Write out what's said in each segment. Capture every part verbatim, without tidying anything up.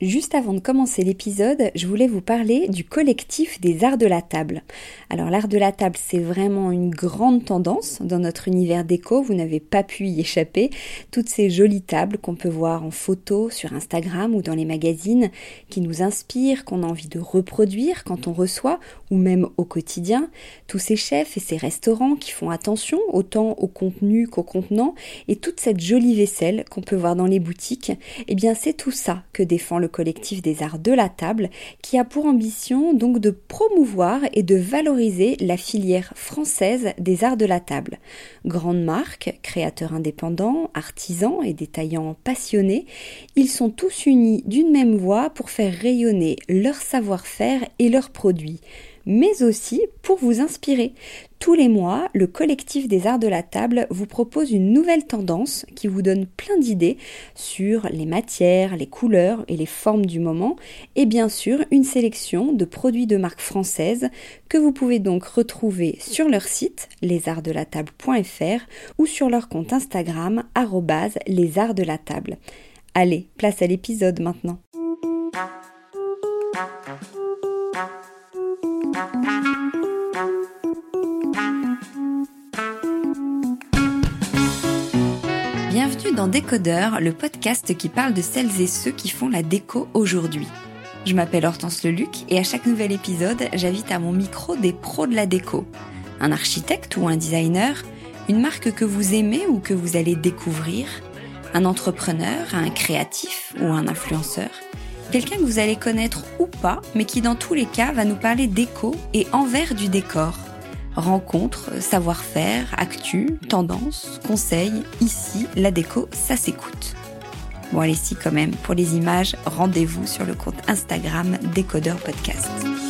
Juste avant de commencer l'épisode, je voulais vous parler du collectif des arts de la table. Alors l'art de la table, c'est vraiment une grande tendance dans notre univers déco, vous n'avez pas pu y échapper. Toutes ces jolies tables qu'on peut voir en photo sur Instagram ou dans les magazines, qui nous inspirent, qu'on a envie de reproduire quand on reçoit, ou même au quotidien. Tous ces chefs et ces restaurants qui font attention autant au contenu qu'au contenant, et toute cette jolie vaisselle qu'on peut voir dans les boutiques, eh bien c'est tout ça que défend le collectif des arts de la table, qui a pour ambition donc de promouvoir et de valoriser la filière française des arts de la table. Grandes marques, créateurs indépendants, artisans et détaillants passionnés, ils sont tous unis d'une même voix pour faire rayonner leur savoir-faire et leurs produits, mais aussi pour vous inspirer. Tous les mois, le collectif des arts de la table vous propose une nouvelle tendance qui vous donne plein d'idées sur les matières, les couleurs et les formes du moment, et bien sûr une sélection de produits de marque française que vous pouvez donc retrouver sur leur site les arts de la table point f r ou sur leur compte Instagram arobase les arts de la table. Allez, place à l'épisode maintenant. Bienvenue dans Décodeur, le podcast qui parle de celles et ceux qui font la déco aujourd'hui. Je m'appelle Hortense Leluc et à chaque nouvel épisode, j'invite à mon micro des pros de la déco. Un architecte ou un designer, une marque que vous aimez ou que vous allez découvrir, un entrepreneur, un créatif ou un influenceur, quelqu'un que vous allez connaître ou pas, mais qui dans tous les cas va nous parler déco et envers du décor. Rencontres, savoir-faire, actu, tendances, conseils, ici, la déco, ça s'écoute. Bon allez si quand même, pour les images, rendez-vous sur le compte Instagram Décodeur Podcast.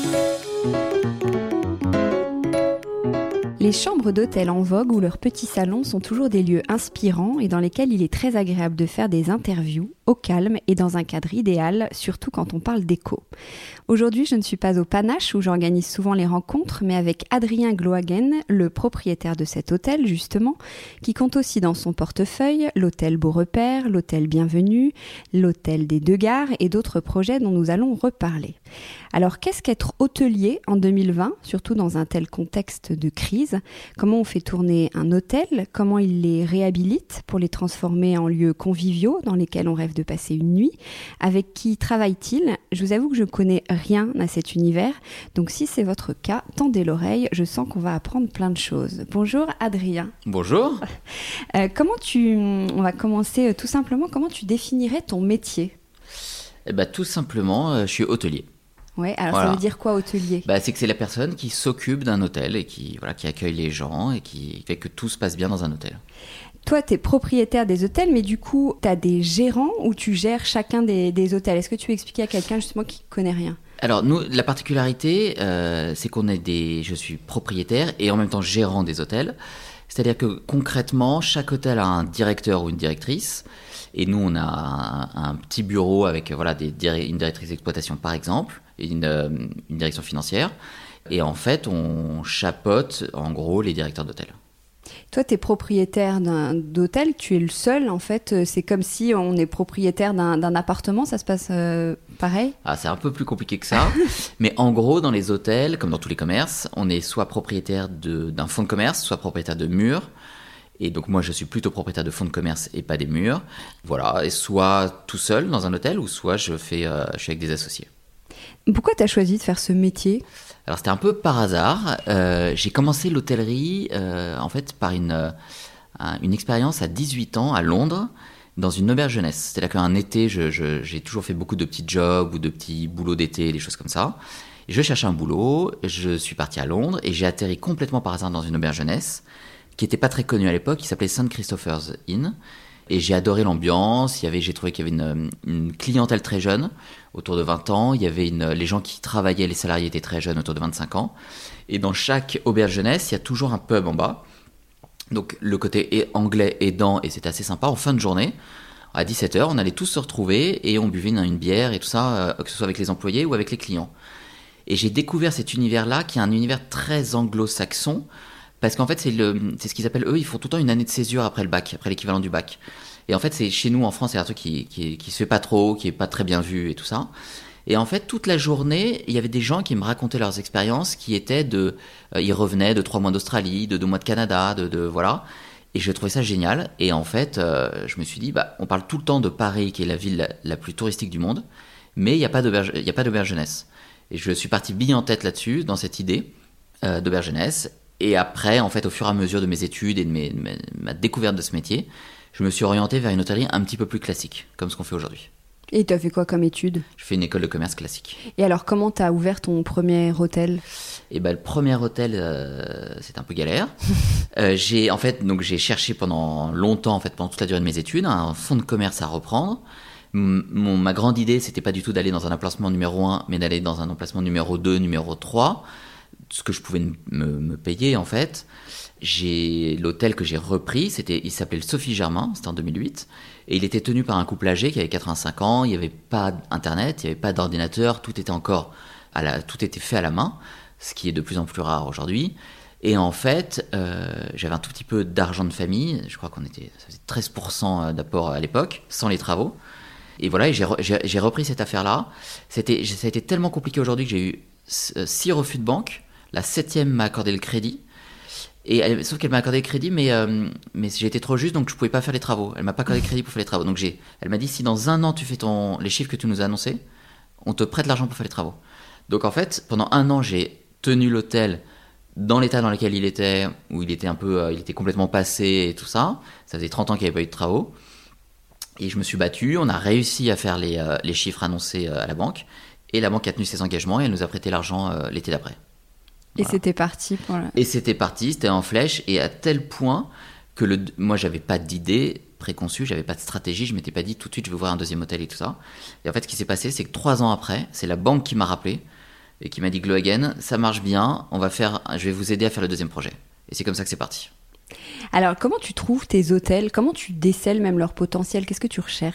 Les chambres d'hôtel en vogue ou leurs petits salons sont toujours des lieux inspirants et dans lesquels il est très agréable de faire des interviews au calme et dans un cadre idéal, surtout quand on parle déco. Aujourd'hui, je ne suis pas au Panache où j'organise souvent les rencontres, mais avec Adrien Glohagen, le propriétaire de cet hôtel justement, qui compte aussi dans son portefeuille l'hôtel Beau Repère, l'hôtel Bienvenue, l'hôtel des Deux Gares et d'autres projets dont nous allons reparler. Alors, qu'est-ce qu'être hôtelier en deux mille vingt, surtout dans un tel contexte de crise ? Comment on fait tourner un hôtel ? Comment il les réhabilite pour les transformer en lieux conviviaux dans lesquels on rêve de passer une nuit ? Avec qui travaille-t-il ? Je vous avoue que je connais rien à cet univers, donc si c'est votre cas, tendez l'oreille, je sens qu'on va apprendre plein de choses. Bonjour Adrien. Bonjour. Euh, comment tu, on va commencer euh, tout simplement, comment tu définirais ton métier ? Eh ben, tout simplement, euh, je suis hôtelier. Ouais, alors Voilà. Ça veut dire quoi hôtelier ? Bah, c'est que c'est la personne qui s'occupe d'un hôtel et qui, voilà, qui accueille les gens et qui fait que tout se passe bien dans un hôtel. Toi, tu es propriétaire des hôtels, mais du coup, tu as des gérants où tu gères chacun des, des hôtels. Est-ce que tu veux expliquer à quelqu'un justement qui ne connaît rien ? Alors, nous, la particularité, euh, c'est qu'on est des... Je suis propriétaire et en même temps gérant des hôtels. C'est-à-dire que concrètement, chaque hôtel a un directeur ou une directrice. Et nous, on a un, un petit bureau avec voilà, des, une directrice d'exploitation, par exemple, et une, une direction financière. Et en fait, on chapeaute, en gros, les directeurs d'hôtel. Toi, tu es propriétaire d'un, d'hôtel, tu es le seul, en fait. C'est comme si on est propriétaire d'un, d'un appartement, ça se passe euh, pareil ? Ah, c'est un peu plus compliqué que ça. Mais en gros, dans les hôtels, comme dans tous les commerces, on est soit propriétaire de, d'un fonds de commerce, soit propriétaire de murs. Et donc moi, je suis plutôt propriétaire de fonds de commerce et pas des murs. Voilà, et soit tout seul dans un hôtel, ou soit je, fais, euh, je suis avec des associés. Pourquoi tu as choisi de faire ce métier ? Alors c'était un peu par hasard. Euh, j'ai commencé l'hôtellerie euh, en fait par une, euh, une expérience à dix-huit ans à Londres dans une auberge jeunesse. C'est-à-dire qu'un été, je, je, j'ai toujours fait beaucoup de petits jobs ou de petits boulots d'été, des choses comme ça. Et je cherchais un boulot, je suis parti à Londres et j'ai atterri complètement par hasard dans une auberge jeunesse qui n'était pas très connue à l'époque, qui s'appelait Saint Christopher's Inn. Et j'ai adoré l'ambiance, il y avait, j'ai trouvé qu'il y avait une, une clientèle très jeune, autour de vingt ans, il y avait une, les gens qui travaillaient, les salariés étaient très jeunes, autour de vingt-cinq ans. Et dans chaque auberge jeunesse, il y a toujours un pub en bas. Donc le côté anglais aidant, et c'était assez sympa, en fin de journée, à dix-sept heures, on allait tous se retrouver et on buvait une, une bière et tout ça, euh, que ce soit avec les employés ou avec les clients. Et j'ai découvert cet univers-là, qui est un univers très anglo-saxon, parce qu'en fait, c'est, le, c'est ce qu'ils appellent, eux, ils font tout le temps une année de césure après le bac, après l'équivalent du bac. Et en fait, c'est chez nous en France, c'est un truc qui qui, qui se fait pas trop, qui est pas très bien vu et tout ça. Et en fait, toute la journée, il y avait des gens qui me racontaient leurs expériences, qui étaient de, euh, ils revenaient de trois mois d'Australie, de deux mois de Canada, de, de voilà. Et je trouvais ça génial. Et en fait, euh, je me suis dit, bah, on parle tout le temps de Paris, qui est la ville la, la plus touristique du monde, mais il n'y a pas d'auberge, il y a pas d'auberge jeunesse. Et je suis parti bille en tête là-dessus, dans cette idée euh, d'auberge jeunesse. Et après, en fait, au fur et à mesure de mes études et de mes, ma, ma découverte de ce métier, je me suis orienté vers une hôtellerie un petit peu plus classique, comme ce qu'on fait aujourd'hui. Et tu as fait quoi comme études ? Je fais une école de commerce classique. Et alors, comment tu as ouvert ton premier hôtel ? Et ben, le premier hôtel, euh, c'est un peu galère. euh, j'ai, en fait, donc, j'ai cherché pendant longtemps, en fait, pendant toute la durée de mes études, un fonds de commerce à reprendre. M- mon, ma grande idée, c'était pas du tout d'aller dans un emplacement numéro un, mais d'aller dans un emplacement numéro deux, numéro trois, ce que je pouvais m- me, me payer, en fait. J'ai l'hôtel que j'ai repris, c'était, il s'appelait le Sophie Germain, c'était en deux mille huit, et il était tenu par un couple âgé qui avait quatre-vingt-cinq ans. Il n'y avait pas d'internet, il n'y avait pas d'ordinateur, tout était encore à la, tout était fait à la main, ce qui est de plus en plus rare aujourd'hui. Et en fait, euh, j'avais un tout petit peu d'argent de famille, je crois qu'on était, ça faisait treize pour cent d'apport à l'époque, sans les travaux. Et voilà, et j'ai, re, j'ai, j'ai repris cette affaire-là. C'était, ça a été tellement compliqué aujourd'hui que j'ai eu six refus de banque. La septième m'a accordé le crédit. Et elle, sauf qu'elle m'a accordé le crédit, mais, euh, mais j'ai été trop juste, donc je pouvais pas faire les travaux. Elle m'a pas accordé le crédit pour faire les travaux. Donc j'ai, elle m'a dit, si dans un an tu fais ton, les chiffres que tu nous as annoncés, on te prête l'argent pour faire les travaux. Donc en fait, pendant un an, j'ai tenu l'hôtel dans l'état dans lequel il était, où il était un peu, euh, il était complètement passé et tout ça. Ça faisait trente ans qu'il n'y avait pas eu de travaux. Et je me suis battu, on a réussi à faire les, euh, les chiffres annoncés euh, à la banque. Et la banque a tenu ses engagements et elle nous a prêté l'argent euh, l'été d'après. Et voilà. C'était parti pour la... Et c'était parti, c'était en flèche, et à tel point que le, moi j'avais pas d'idée préconçue, j'avais pas de stratégie, je m'étais pas dit tout de suite je vais ouvrir un deuxième hôtel et tout ça. Et en fait ce qui s'est passé, c'est que trois ans après, c'est la banque qui m'a rappelé et qui m'a dit Glohagen, ça marche bien, on va faire, je vais vous aider à faire le deuxième projet. Et c'est comme ça que c'est parti. Alors comment tu trouves tes hôtels ? Comment tu décèles même leur potentiel ? Qu'est-ce que tu recherches ?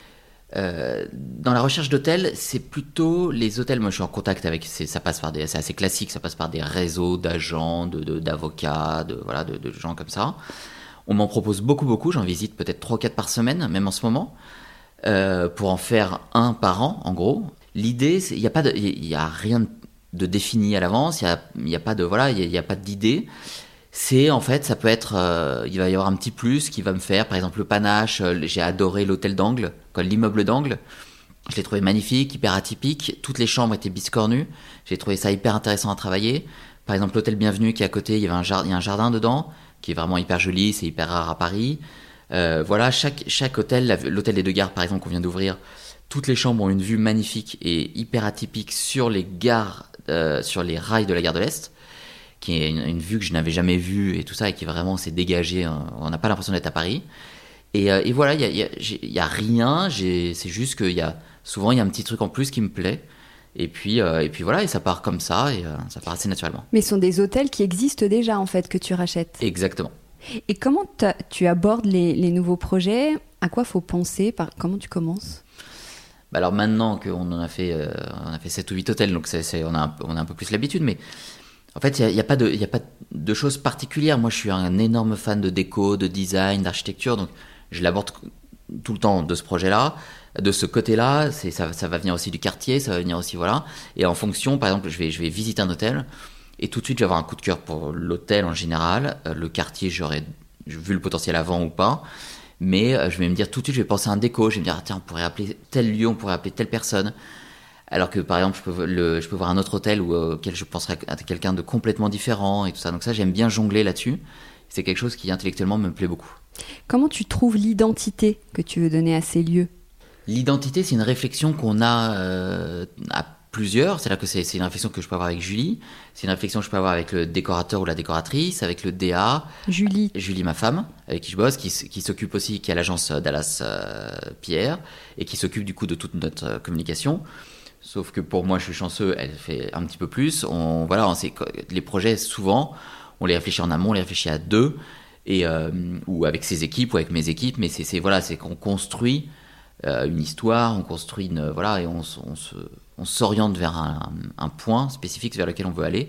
Euh, dans la recherche d'hôtels, c'est plutôt les hôtels. Moi, je suis en contact avec. C'est, ça passe par des. C'est assez classique. Ça passe par des réseaux d'agents, de, de, d'avocats, de voilà, de, de gens comme ça. On m'en propose beaucoup, beaucoup. J'en visite peut-être trois, quatre par semaine, même en ce moment, euh, pour en faire un par an, en gros. L'idée, il y a pas de, il y a rien de défini à l'avance. Il y a, il y a pas de voilà, il y a, y a pas d'idée. C'est en fait, ça peut être, euh, il va y avoir un petit plus qui va me faire, par exemple le panache, euh, j'ai adoré l'hôtel d'Angle, quoi, l'immeuble d'Angle, je l'ai trouvé magnifique, hyper atypique, toutes les chambres étaient biscornues, j'ai trouvé ça hyper intéressant à travailler. Par exemple l'hôtel Bienvenue qui est à côté, il y avait un jardin, il y a un jardin dedans, qui est vraiment hyper joli, c'est hyper rare à Paris. Euh, voilà, chaque, chaque hôtel, l'hôtel des Deux Gares par exemple qu'on vient d'ouvrir, toutes les chambres ont une vue magnifique et hyper atypique sur les gares, euh, sur les rails de la gare de l'Est, qui est une, une vue que je n'avais jamais vue et tout ça, et qui vraiment s'est dégagée. Hein. On n'a pas l'impression d'être à Paris. Et, euh, et voilà, il y a, y, a, y a rien, j'ai, c'est juste qu'il y a souvent il y a un petit truc en plus qui me plaît. Et puis, euh, et puis voilà, et ça part comme ça, et euh, ça part assez naturellement. Mais ce sont des hôtels qui existent déjà, en fait, que tu rachètes. Exactement. Et comment tu abordes les, les nouveaux projets ? À quoi faut penser ? Par, comment tu commences ? Bah alors maintenant qu'on en a fait, euh, on a fait sept ou huit hôtels, donc c'est, c'est, on, a un, on a un peu plus l'habitude, mais... En fait, il n'y a, a, a pas de choses particulières. Moi, je suis un énorme fan de déco, de design, d'architecture. Donc, je l'aborde tout le temps de ce projet-là. De ce côté-là, c'est, ça, ça va venir aussi du quartier, ça va venir aussi, voilà. Et en fonction, par exemple, je vais, je vais visiter un hôtel. Et tout de suite, je vais avoir un coup de cœur pour l'hôtel en général. Euh, le quartier, j'aurais vu le potentiel avant ou pas. Mais euh, je vais me dire tout de suite, je vais penser à un déco. Je vais me dire, ah, tiens, on pourrait appeler tel lieu, on pourrait appeler telle personne. Alors que par exemple, je peux, le, je peux voir un autre hôtel où, euh, auquel je penserais à quelqu'un de complètement différent et tout ça. Donc ça, j'aime bien jongler là-dessus. C'est quelque chose qui intellectuellement me plaît beaucoup. Comment tu trouves l'identité que tu veux donner à ces lieux ? L'identité, c'est une réflexion qu'on a euh, à plusieurs. C'est-à-dire que c'est, c'est une réflexion que je peux avoir avec Julie. C'est une réflexion que je peux avoir avec le décorateur ou la décoratrice, avec le D A. Julie. Julie, ma femme, avec qui je bosse, qui, qui s'occupe aussi, qui a l'agence Dallas euh, Pierre et qui s'occupe du coup de toute notre euh, communication. Sauf que pour moi, je suis chanceux, elle fait un petit peu plus. On, voilà, on sait, les projets, souvent, on les réfléchit en amont, on les réfléchit à deux, et, euh, ou avec ses équipes, ou avec mes équipes, mais c'est, c'est, voilà, c'est qu'on construit euh, une histoire, on construit une, voilà, et on, on, se, on s'oriente vers un, un point spécifique vers lequel on veut aller.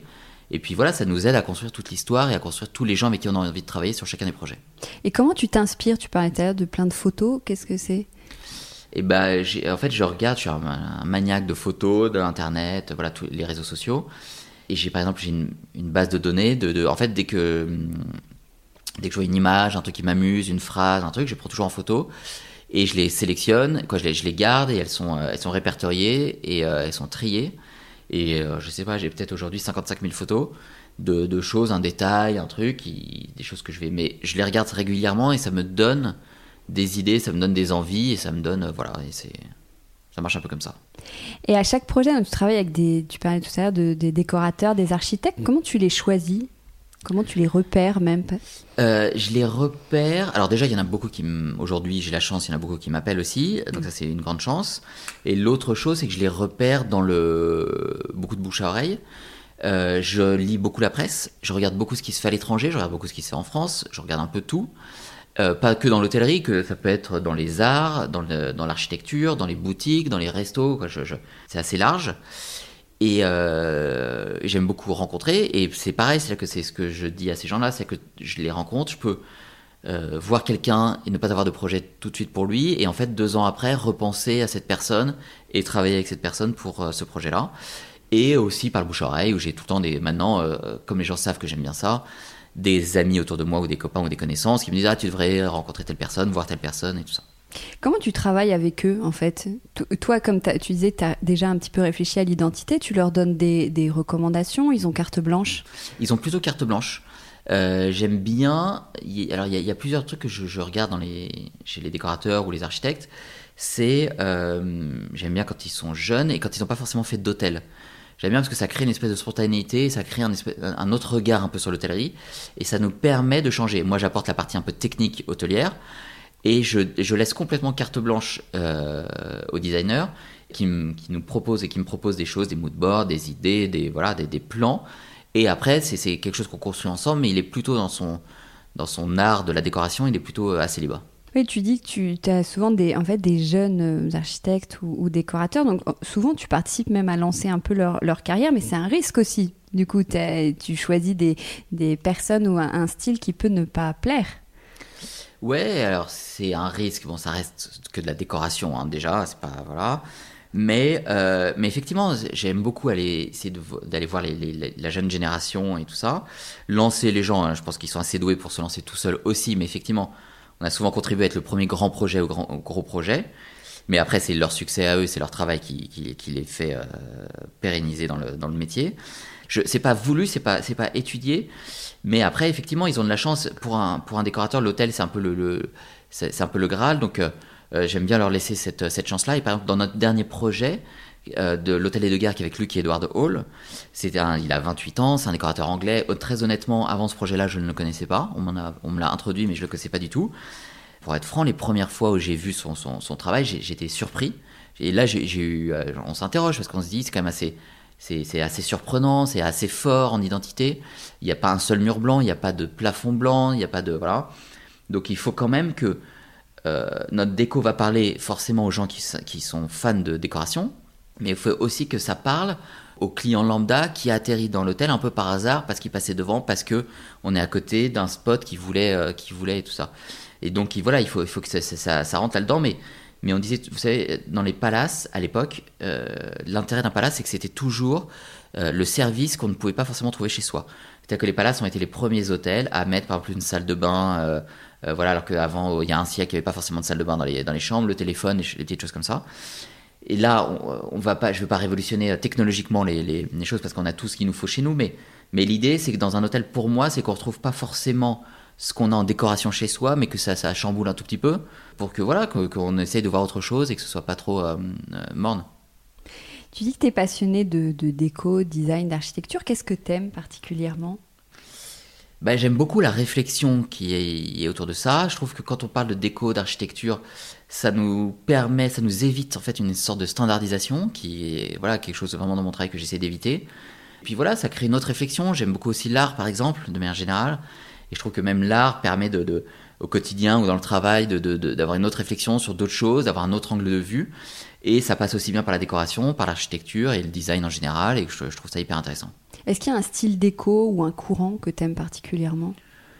Et puis voilà, ça nous aide à construire toute l'histoire et à construire tous les gens avec qui on a envie de travailler sur chacun des projets. Et comment tu t'inspires? Tu parlais tout à l'heure de plein de photos, qu'est-ce que c'est? Et ben, j'ai, en fait, je regarde, je suis un, un maniaque de photos, de l'internet, voilà, tous les réseaux sociaux. Et j'ai par exemple j'ai une, une base de données. De, de, en fait, dès que dès que je vois une image, un truc qui m'amuse, une phrase, un truc, je prends toujours en photo et je les sélectionne. Quoi, je les, je les garde et elles sont elles sont répertoriées et euh, elles sont triées. Et euh, je sais pas, j'ai peut-être aujourd'hui cinquante-cinq mille photos de, de choses, un détail, un truc, qui, des choses que je vais. Mais je les regarde régulièrement et ça me donne des idées, ça me donne des envies et ça me donne, euh, voilà, et c'est, ça marche un peu comme ça. Et à chaque projet, tu travailles avec des, tu parlais tout à l'heure de, des décorateurs, des architectes. Comment tu les choisis? Comment tu les repères même? euh, Je les repère. Alors déjà, il y en a beaucoup qui, m... aujourd'hui, j'ai la chance, il y en a beaucoup qui m'appellent aussi, donc ça c'est une grande chance. Et l'autre chose, c'est que je les repère dans le beaucoup de bouche à oreille. Euh, je lis beaucoup la presse, je regarde beaucoup ce qui se fait à l'étranger, je regarde beaucoup ce qui se fait en France, je regarde un peu tout. Euh, pas que dans l'hôtellerie, que ça peut être dans les arts, dans, le, dans l'architecture, dans les boutiques, dans les restos, quoi, je, je, c'est assez large. Et euh, j'aime beaucoup rencontrer, et c'est pareil, c'est là que c'est ce que je dis à ces gens-là, c'est que je les rencontre, je peux euh, voir quelqu'un et ne pas avoir de projet tout de suite pour lui, et en fait deux ans après repenser à cette personne et travailler avec cette personne pour euh, ce projet-là. Et aussi par le bouche-oreille, où j'ai tout le temps des, maintenant, euh, comme les gens savent que j'aime bien ça, des amis autour de moi ou des copains ou des connaissances qui me disent « Ah, tu devrais rencontrer telle personne, voir telle personne » et tout ça. Comment tu travailles avec eux, en fait? Toi, comme tu disais, tu as déjà un petit peu réfléchi à l'identité, tu leur donnes des, des recommandations, ils ont carte blanche? Ils ont plutôt carte blanche. Euh, j'aime bien... Y, alors, il y, y a plusieurs trucs que je, je regarde dans les, chez les décorateurs ou les architectes. C'est... Euh, j'aime bien quand ils sont jeunes et quand ils n'ont pas forcément fait d'hôtel. J'aime bien parce que ça crée une espèce de spontanéité, ça crée un, espèce, un autre regard un peu sur l'hôtellerie et ça nous permet de changer. Moi, j'apporte la partie un peu technique hôtelière et je, je laisse complètement carte blanche euh, aux designers qui, m, qui nous proposent et qui me proposent des choses, des moodboards, des idées, des, voilà, des, des plans. Et après, c'est, c'est quelque chose qu'on construit ensemble, mais il est plutôt dans son, dans son art de la décoration, il est plutôt assez libre. Oui, tu dis que tu as souvent des, en fait, des jeunes architectes ou, ou décorateurs, donc souvent tu participes même à lancer un peu leur, leur carrière, mais c'est un risque aussi. Du coup, tu choisis des, des personnes ou un, un style qui peut ne pas plaire. Ouais, alors c'est un risque. Bon, ça reste que de la décoration, hein, déjà, c'est pas voilà. Mais, euh, mais effectivement, j'aime beaucoup aller essayer de, d'aller voir les, les, la jeune génération et tout ça, lancer les gens. Hein, je pense qu'ils sont assez doués pour se lancer tout seuls aussi, mais effectivement. On a souvent contribué à être le premier grand projet ou grand, gros projet, mais après c'est leur succès à eux, c'est leur travail qui, qui, qui les fait euh, pérenniser dans le, dans le métier. Je, c'est pas voulu, c'est pas, c'est pas étudié, mais après effectivement ils ont de la chance. Pour un, pour un décorateur, l'hôtel c'est un peu le, le, c'est, c'est un peu le Graal, donc euh, j'aime bien leur laisser cette, cette chance-là. Et par exemple dans notre dernier projet, Euh, de l'hôtel des Deux Gares avec Luc et Edward Hall. C'était un, il a vingt-huit ans, c'est un décorateur anglais. Très honnêtement, avant ce projet-là, je ne le connaissais pas. On, m'en a, on me l'a introduit, mais je ne le connaissais pas du tout. Pour être franc, les premières fois où j'ai vu son, son, son travail, j'ai, j'étais surpris. Et là, j'ai, j'ai eu, euh, on s'interroge parce qu'on se dit, c'est quand même assez, c'est, c'est assez surprenant, c'est assez fort en identité. Il n'y a pas un seul mur blanc, il n'y a pas de plafond blanc, il n'y a pas de... Voilà. Donc il faut quand même que euh, notre déco va parler forcément aux gens qui, qui sont fans de décoration, mais il faut aussi que ça parle au client lambda qui atterrit dans l'hôtel un peu par hasard parce qu'il passait devant, parce que on est à côté d'un spot qui voulait, euh, qui voulait et tout ça. Et donc voilà, il faut, il faut que ça, ça, ça rentre là-dedans. Mais, mais on disait, vous savez, dans les palaces à l'époque, euh, l'intérêt d'un palace, c'est que c'était toujours euh, le service qu'on ne pouvait pas forcément trouver chez soi. C'est-à-dire que les palaces ont été les premiers hôtels à mettre par exemple une salle de bain, euh, euh, voilà, alors qu'avant, il y a un siècle, il n'y avait pas forcément de salle de bain dans les, dans les chambres, le téléphone, les, les petites choses comme ça. Et là, on, on va pas, je ne veux pas révolutionner technologiquement les, les, les choses parce qu'on a tout ce qu'il nous faut chez nous, mais, mais l'idée, c'est que dans un hôtel, pour moi, c'est qu'on ne retrouve pas forcément ce qu'on a en décoration chez soi, mais que ça, ça chamboule un tout petit peu pour que voilà, que, qu'on essaye de voir autre chose et que ce ne soit pas trop euh, euh, morne. Tu dis que tu es passionné de, de déco, design, d'architecture. Qu'est-ce que tu aimes particulièrement ? Ben, j'aime beaucoup la réflexion qui est, est autour de ça. Je trouve que quand on parle de déco, d'architecture, ça nous permet, ça nous évite en fait une sorte de standardisation qui est voilà, quelque chose vraiment dans mon travail que j'essaie d'éviter. Et puis voilà, ça crée une autre réflexion. J'aime beaucoup aussi l'art, par exemple, de manière générale. Et je trouve que même l'art permet de, de, au quotidien ou dans le travail de, de, de, d'avoir une autre réflexion sur d'autres choses, d'avoir un autre angle de vue. Et ça passe aussi bien par la décoration, par l'architecture et le design en général. Et je, je trouve ça hyper intéressant. Est-ce qu'il y a un style déco ou un courant que tu aimes particulièrement ?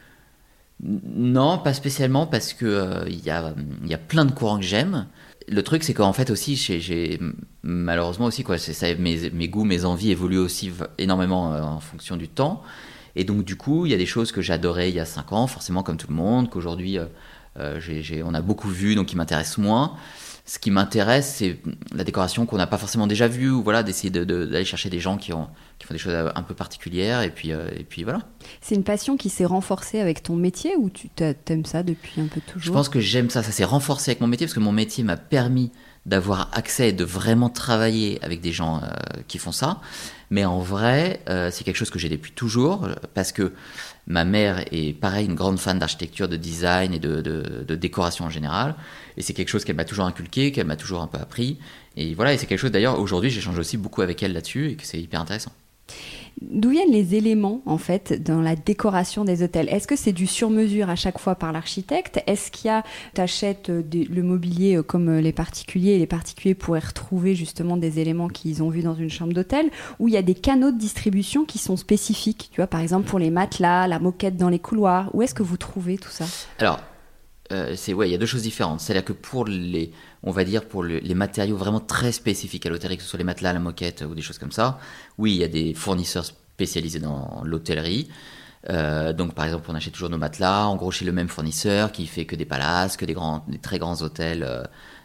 Non, pas spécialement, parce que euh, il y a, il y a plein de courants que j'aime. Le truc, c'est qu'en fait aussi, j'ai, j'ai malheureusement aussi, quoi, c'est ça, mes, mes goûts, mes envies évoluent aussi énormément euh, en fonction du temps. Et donc, du coup, il y a des choses que j'adorais il y a cinq ans, forcément comme tout le monde, qu'aujourd'hui, euh, euh, j'ai, j'ai, on a beaucoup vu, donc qui m'intéressent moins. Ce qui m'intéresse, c'est la décoration qu'on n'a pas forcément déjà vue, ou voilà, d'essayer de, de, d'aller chercher des gens qui, ont, qui font des choses un peu particulières, et puis, euh, et puis voilà. C'est une passion qui s'est renforcée avec ton métier, ou tu t'aimes ça depuis un peu toujours ? Je pense que j'aime ça, ça s'est renforcé avec mon métier, parce que mon métier m'a permis d'avoir accès et de vraiment travailler avec des gens euh, qui font ça. Mais en vrai, euh, c'est quelque chose que j'ai depuis toujours, parce que ma mère est pareil, une grande fan d'architecture, de design et de, de, de décoration en général. Et c'est quelque chose qu'elle m'a toujours inculqué, qu'elle m'a toujours un peu appris. Et voilà, et c'est quelque chose d'ailleurs, aujourd'hui, j'échange aussi beaucoup avec elle là-dessus, et que c'est hyper intéressant. D'où viennent les éléments, en fait, dans la décoration des hôtels ? Est-ce que c'est du sur-mesure à chaque fois par l'architecte ? Est-ce qu'il y a, t'achètes des, le mobilier comme les particuliers, et les particuliers pourraient retrouver justement des éléments qu'ils ont vus dans une chambre d'hôtel ? Ou il y a des canaux de distribution qui sont spécifiques ? Tu vois, par exemple, pour les matelas, la moquette dans les couloirs. Où est-ce que vous trouvez tout ça ? Alors, euh, c'est, ouais, il y a deux choses différentes. C'est-à-dire que pour les, on va dire, pour le, les matériaux vraiment très spécifiques à l'hôtellerie, que ce soit les matelas, la moquette ou des choses comme ça, oui, il y a des fournisseurs spécialisés dans l'hôtellerie. Euh, donc, par exemple, on achète toujours nos matelas, en gros, chez le même fournisseur qui fait que des palaces, que des, grands, des très grands hôtels euh,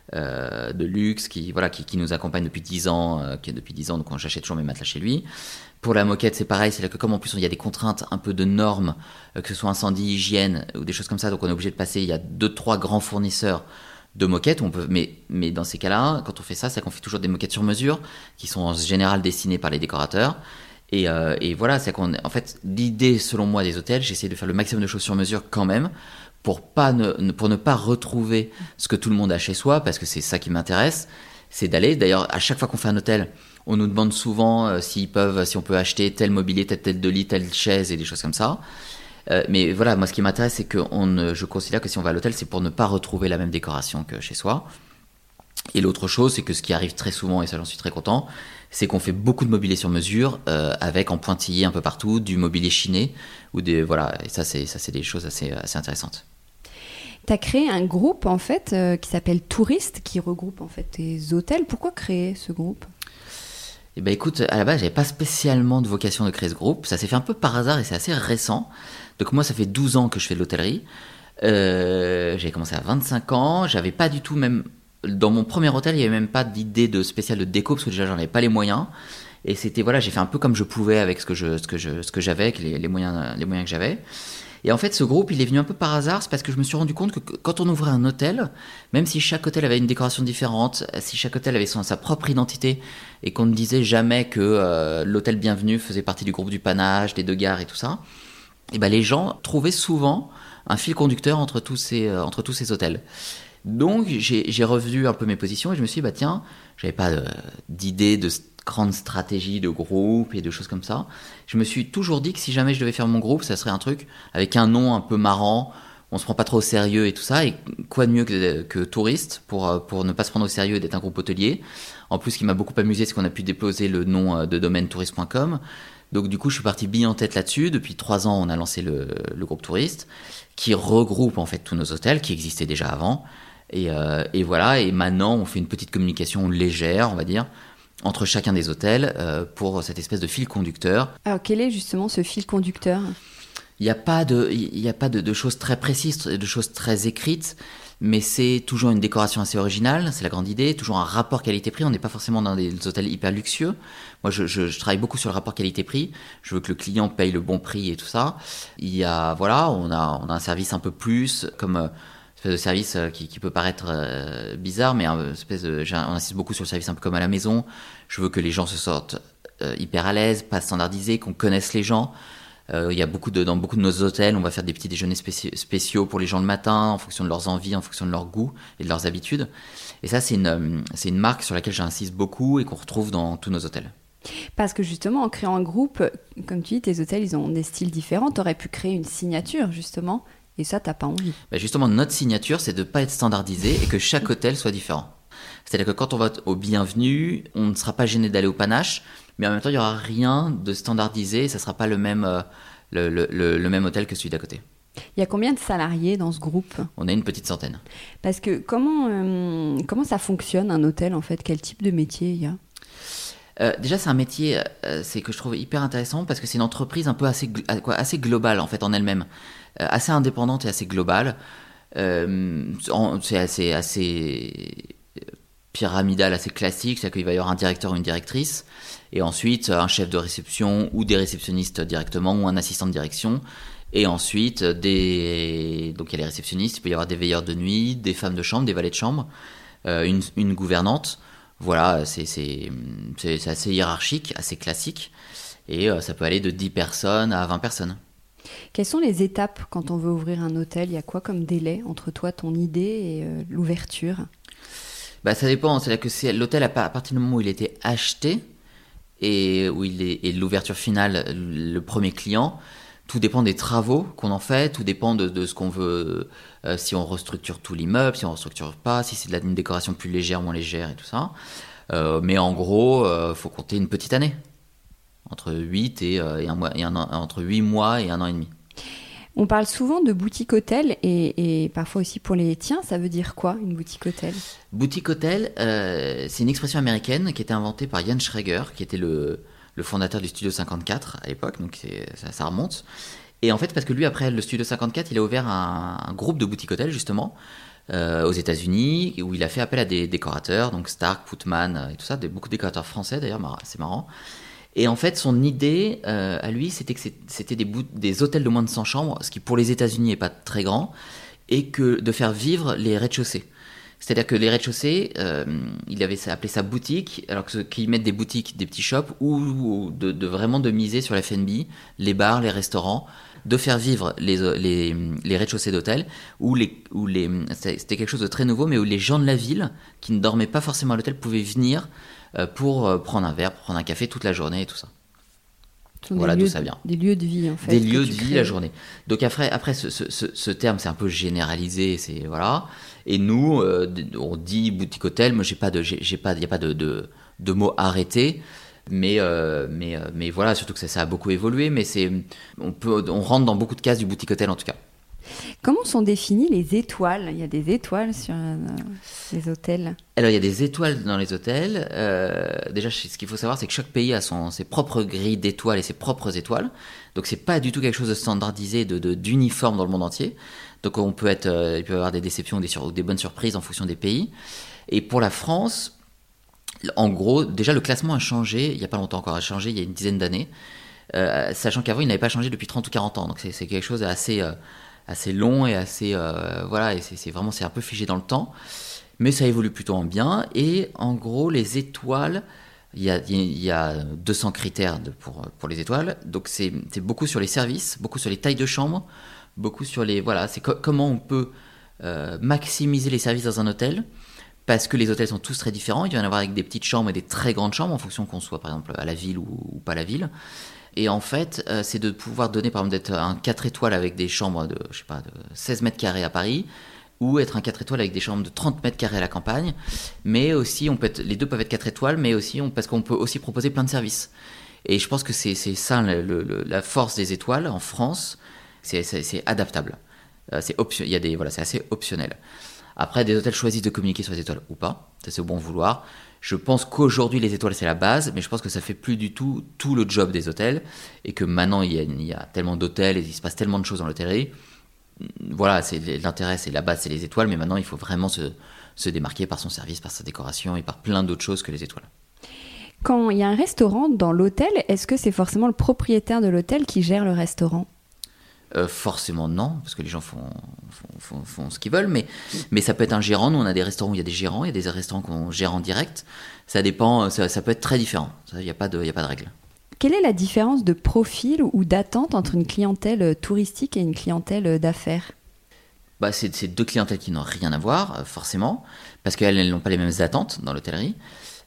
euh, de luxe, qui, voilà, qui, qui nous accompagne depuis dix ans, euh, qui, depuis dix ans, donc j'achète toujours mes matelas chez lui. Pour la moquette, c'est pareil, c'est là que comme en plus il y a des contraintes un peu de normes, euh, que ce soit incendie, hygiène ou des choses comme ça, donc on est obligé de passer, il y a deux, trois grands fournisseurs de moquettes, on peut, mais, mais dans ces cas-là, quand on fait ça, c'est qu'on fait toujours des moquettes sur mesure, qui sont en général dessinées par les décorateurs. Et, euh, et voilà, c'est qu'on, en fait, l'idée, selon moi, des hôtels, j'essaie de faire le maximum de choses sur mesure quand même, pour pas ne, pour ne pas retrouver ce que tout le monde a chez soi, parce que c'est ça qui m'intéresse, c'est d'aller, d'ailleurs, à chaque fois qu'on fait un hôtel, on nous demande souvent euh, s'ils peuvent, si on peut acheter tel mobilier, telle tête de lit, telle chaise et des choses comme ça. Euh, mais voilà, moi ce qui m'intéresse, c'est que on, je considère que si on va à l'hôtel, c'est pour ne pas retrouver la même décoration que chez soi. Et l'autre chose, c'est que ce qui arrive très souvent, et ça j'en suis très content, c'est qu'on fait beaucoup de mobilier sur mesure, euh, avec en pointillé un peu partout, du mobilier chiné, ou des, voilà, et ça c'est, ça c'est des choses assez, assez intéressantes. Tu as créé un groupe en fait euh, qui s'appelle Touriste, qui regroupe en fait tes hôtels. Pourquoi créer ce groupe ? Eh ben écoute, à la base, j'avais pas spécialement de vocation de créer ce groupe. Ça s'est fait un peu par hasard et c'est assez récent. Donc moi, ça fait douze ans que je fais de l'hôtellerie. Euh, j'ai commencé à vingt-cinq ans. J'avais pas du tout même... Dans mon premier hôtel, il y avait même pas d'idée de spéciale de déco parce que déjà, j'en avais pas les moyens. Et c'était, voilà, j'ai fait un peu comme je pouvais avec ce que je, ce que je, ce que j'avais, avec les, les moyens, les moyens que j'avais. Et en fait, ce groupe, il est venu un peu par hasard, c'est parce que je me suis rendu compte que quand on ouvrait un hôtel, même si chaque hôtel avait une décoration différente, si chaque hôtel avait son, sa propre identité, et qu'on ne disait jamais que euh, l'hôtel Bienvenue faisait partie du groupe du Panache, des Deux Gares et tout ça, et ben les gens trouvaient souvent un fil conducteur entre tous ces, euh, entre tous ces hôtels. Donc j'ai, j'ai revu un peu mes positions et je me suis dit, bah tiens, j'avais pas euh, d'idée de grande stratégie de groupe et de choses comme ça. Je me suis toujours dit que si jamais je devais faire mon groupe, ça serait un truc avec un nom un peu marrant, on se prend pas trop au sérieux et tout ça, et quoi de mieux que, que Touriste pour, pour ne pas se prendre au sérieux et d'être un groupe hôtelier. En plus, ce qui m'a beaucoup amusé, c'est qu'on a pu déposer le nom de domaine touriste point com. Donc du coup, je suis parti bille en tête là-dessus. Depuis trois ans, on a lancé le, le groupe Touriste, qui regroupe en fait tous nos hôtels, qui existaient déjà avant. Et, euh, et voilà, et maintenant, on fait une petite communication légère, on va dire, entre chacun des hôtels euh, pour cette espèce de fil conducteur. Alors, quel est justement ce fil conducteur ? Il n'y a pas, de, il y a pas de, de choses très précises, de choses très écrites, mais c'est toujours une décoration assez originale, c'est la grande idée, toujours un rapport qualité-prix. On n'est pas forcément dans des hôtels hyper luxueux. Moi, je, je, je travaille beaucoup sur le rapport qualité-prix. Je veux que le client paye le bon prix et tout ça. Il y a, voilà, on a, on a un service un peu plus, comme... Euh, espèce de service qui, qui peut paraître euh, bizarre, mais un espèce de, on insiste beaucoup sur le service un peu comme à la maison. Je veux que les gens se sortent euh, hyper à l'aise, pas standardisés, qu'on connaisse les gens. Euh, il y a beaucoup de, dans beaucoup de nos hôtels, on va faire des petits déjeuners spéci- spéciaux pour les gens le matin, en fonction de leurs envies, en fonction de leurs goûts et de leurs habitudes. Et ça, c'est une, c'est une marque sur laquelle j'insiste beaucoup et qu'on retrouve dans tous nos hôtels. Parce que justement, en créant un groupe, comme tu dis, tes hôtels, ils ont des styles différents. Tu aurais pu créer une signature, justement, et ça, t'as pas envie. Bah justement, notre signature, c'est de ne pas être standardisé et que chaque hôtel soit différent. C'est-à-dire que quand on va au Bienvenue, on ne sera pas gêné d'aller au Panache, mais en même temps, il n'y aura rien de standardisé, et ça ne sera pas le même, euh, le, le, le, le même hôtel que celui d'à côté. Il y a combien de salariés dans ce groupe ? On a une petite centaine. Parce que comment, euh, comment ça fonctionne, un hôtel, en fait ? Quel type de métier il y a ? Euh, déjà, c'est un métier euh, c'est que je trouve hyper intéressant parce que c'est une entreprise un peu assez, quoi, assez globale en fait en elle-même, euh, assez indépendante et assez globale. Euh, en, c'est assez, assez pyramidal, assez classique, c'est-à-dire qu'il va y avoir un directeur ou une directrice, et ensuite un chef de réception ou des réceptionnistes directement ou un assistant de direction. Et ensuite, des... donc il y a les réceptionnistes, il peut y avoir des veilleurs de nuit, des femmes de chambre, des valets de chambre, euh, une, une gouvernante. Voilà, c'est, c'est, c'est, c'est assez hiérarchique, assez classique. Et euh, ça peut aller de dix personnes à vingt personnes. Quelles sont les étapes quand on veut ouvrir un hôtel ? Il y a quoi comme délai entre toi, ton idée et euh, l'ouverture ? Bah, ça dépend. C'est-à-dire que c'est l'hôtel, à partir du moment où il était acheté et, où il est, et l'ouverture finale, le premier client, tout dépend des travaux qu'on en fait, tout dépend de, de ce qu'on veut, euh, si on restructure tout l'immeuble, si on restructure pas, si c'est de la, une décoration plus légère, moins légère et tout ça. Euh, mais en gros, il euh, faut compter une petite année, entre huit et, euh, et un mois, et un an, entre huit mois et un an et demi. On parle souvent de boutique hôtel et, et parfois aussi pour les tiens, ça veut dire quoi une boutique hôtel ? Boutique hôtel, euh, c'est une expression américaine qui a été inventée par Jan Schrager, qui était le le fondateur du Studio cinquante-quatre à l'époque, donc c'est, ça, ça remonte. Et en fait, parce que lui, après le Studio cinquante-quatre, il a ouvert un, un groupe de boutiques hôtels, justement, euh, aux États-Unis, où il a fait appel à des décorateurs, donc Stark, Putman et tout ça, des, beaucoup de décorateurs français d'ailleurs, c'est marrant. Et en fait, son idée euh, à lui, c'était que c'était des, bout, des hôtels de moins de cent chambres, ce qui pour les États-Unis n'est pas très grand, et que de faire vivre les rez-de-chaussée. C'est-à-dire que les rez-de-chaussée, euh, il avait appelé ça boutique, alors que, qu'ils mettent des boutiques, des petits shops, ou, ou de, de vraiment de miser sur l'F and B, les bars, les restaurants, de faire vivre les, les, les rez-de-chaussée d'hôtels, où, les, où les, c'était quelque chose de très nouveau, mais où les gens de la ville, qui ne dormaient pas forcément à l'hôtel, pouvaient venir euh, pour prendre un verre, pour prendre un café toute la journée et tout ça. Voilà d'où ça vient. Des lieux de vie, en fait. Des lieux de vie crées. La journée. Donc après, après ce, ce, ce, ce terme, c'est un peu généralisé, c'est voilà. Et nous, euh, on dit boutique hôtel. Moi, j'ai pas de, j'ai, j'ai pas, il y a pas de, de, de mots arrêtés. Mais, euh, mais, euh, mais voilà, surtout que ça, ça a beaucoup évolué. Mais c'est, on peut, on rentre dans beaucoup de cases du boutique hôtel en tout cas. Comment sont définies les étoiles ? Il y a des étoiles sur euh, les hôtels. Alors, il y a des étoiles dans les hôtels. Euh, déjà, ce qu'il faut savoir, c'est que chaque pays a son, ses propres grilles d'étoiles et ses propres étoiles. Donc, c'est pas du tout quelque chose de standardisé, de, de, d'uniforme dans le monde entier. Donc, on peut être, euh, il peut y avoir des déceptions ou des, sur, ou des bonnes surprises en fonction des pays. Et pour la France, en gros, déjà, le classement a changé. Il n'y a pas longtemps encore, a changé il y a une dizaine d'années. Euh, sachant qu'avant, il n'avait pas changé depuis trente ou quarante ans. Donc, c'est, c'est quelque chose d'assez... Euh, assez long et assez euh, voilà et c'est, c'est vraiment c'est un peu figé dans le temps, mais ça évolue plutôt en bien. Et en gros, les étoiles, il y a il y a deux cents critères de, pour pour les étoiles. Donc c'est c'est beaucoup sur les services, beaucoup sur les tailles de chambre, beaucoup sur les voilà c'est co- comment on peut euh, maximiser les services dans un hôtel, parce que les hôtels sont tous très différents. Il va y en avoir avec des petites chambres et des très grandes chambres en fonction qu'on soit par exemple à la ville ou, ou pas à la ville. Et en fait, euh, c'est de pouvoir donner, par exemple, d'être un quatre étoiles avec des chambres de, je sais pas, de seize mètres carrés à Paris, ou être un quatre étoiles avec des chambres de trente mètres carrés à la campagne. Mais aussi, on peut être, les deux peuvent être quatre étoiles, mais aussi, on, parce qu'on peut aussi proposer plein de services. Et je pense que c'est, c'est ça le, le, la force des étoiles en France, c'est, c'est, c'est adaptable. Euh, c'est option, il y a des, voilà, c'est assez optionnel. Après, des hôtels choisissent de communiquer sur les étoiles ou pas, ça c'est au bon vouloir. Je pense qu'aujourd'hui, les étoiles, c'est la base, mais je pense que ça fait plus du tout tout le job des hôtels, et que maintenant, il y a, il y a tellement d'hôtels et il se passe tellement de choses dans l'hôtellerie. Voilà, c'est, l'intérêt, c'est la base, c'est les étoiles, mais maintenant, il faut vraiment se, se démarquer par son service, par sa décoration et par plein d'autres choses que les étoiles. Quand il y a un restaurant dans l'hôtel, est-ce que c'est forcément le propriétaire de l'hôtel qui gère le restaurant ? Euh, forcément non, parce que les gens font, font, font, font ce qu'ils veulent, mais, mais ça peut être un gérant. Nous, on a des restaurants où il y a des gérants, il y a des restaurants qu'on gère en direct. Ça dépend, ça, ça peut être très différent. Il n'y a pas de, il y a pas de règle. Quelle est la différence de profil ou d'attente entre une clientèle touristique et une clientèle d'affaires ? Bah, c'est, c'est deux clientèles qui n'ont rien à voir, forcément, parce qu'elles elles n'ont pas les mêmes attentes dans l'hôtellerie.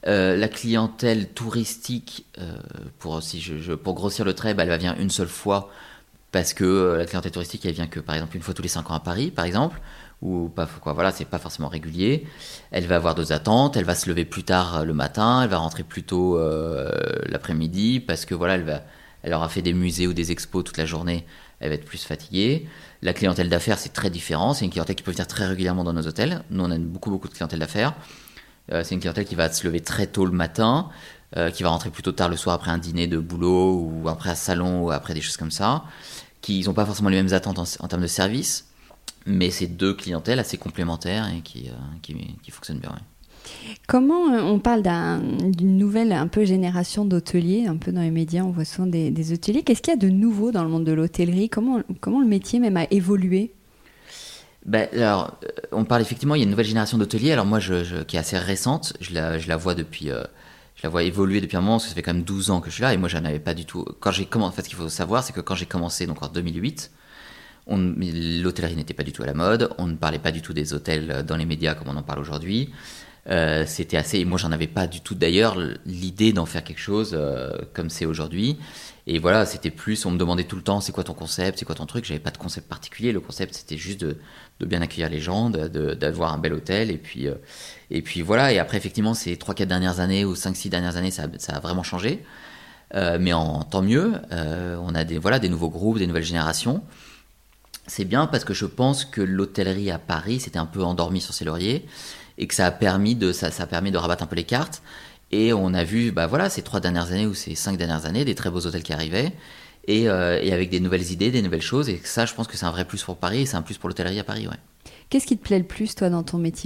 Euh, la clientèle touristique, euh, pour, si je, je, pour grossir le trait, bah, elle va venir une seule fois parce que euh, la clientèle touristique, elle vient que par exemple une fois tous les cinq ans à Paris, par exemple, ou pas, quoi, voilà, c'est pas forcément régulier. Elle va avoir deux attentes, elle va se lever plus tard le matin, elle va rentrer plus tôt euh, l'après-midi parce que voilà, elle va, elle aura fait des musées ou des expos toute la journée, elle va être plus fatiguée. La clientèle d'affaires, c'est très différent, c'est une clientèle qui peut venir très régulièrement dans nos hôtels. Nous, on a beaucoup beaucoup de clientèle d'affaires. Euh, c'est une clientèle qui va se lever très tôt le matin, euh, qui va rentrer plutôt tard le soir après un dîner de boulot ou après un salon ou après des choses comme ça, qui n'ont pas forcément les mêmes attentes en, en termes de service, mais c'est deux clientèles assez complémentaires et qui, euh, qui, qui fonctionnent bien. Ouais. Comment euh, on parle d'un, d'une nouvelle un peu génération d'hôteliers, un peu dans les médias, on voit souvent des, des hôteliers. Qu'est-ce qu'il y a de nouveau dans le monde de l'hôtellerie ? Comment, comment le métier même a évolué ? Ben, alors, on parle effectivement, il y a une nouvelle génération d'hôteliers. Alors moi, je, je, qui est assez récente, je la, je la vois depuis, euh, je la vois évoluer depuis un moment, parce que ça fait quand même douze ans que je suis là, et moi, j'en avais pas du tout. Quand j'ai commencé, en fait, ce qu'il faut savoir, c'est que quand j'ai commencé, donc en deux mille huit, on, l'hôtellerie n'était pas du tout à la mode, on ne parlait pas du tout des hôtels dans les médias comme on en parle aujourd'hui. Euh, c'était assez, et moi, j'en avais pas du tout d'ailleurs l'idée d'en faire quelque chose euh, comme c'est aujourd'hui. Et voilà, c'était plus, on me demandait tout le temps, c'est quoi ton concept, c'est quoi ton truc. J'avais pas de concept particulier. Le concept, c'était juste de, de bien accueillir les gens, de, de, d'avoir un bel hôtel. Et puis, euh, et puis voilà. Et après, effectivement, ces trois quatre dernières années ou cinq six dernières années, ça, ça a vraiment changé. Euh, mais en tant mieux, euh, on a des, voilà, des nouveaux groupes, des nouvelles générations. C'est bien parce que je pense que l'hôtellerie à Paris s'était un peu endormie sur ses lauriers et que ça a permis de, ça, ça a permis de rabattre un peu les cartes. Et on a vu, bah voilà, ces trois dernières années ou ces cinq dernières années, des très beaux hôtels qui arrivaient, et, euh, et avec des nouvelles idées, des nouvelles choses. Et ça, je pense que c'est un vrai plus pour Paris, et c'est un plus pour l'hôtellerie à Paris, ouais. Qu'est-ce qui te plaît le plus, toi, dans ton métier ?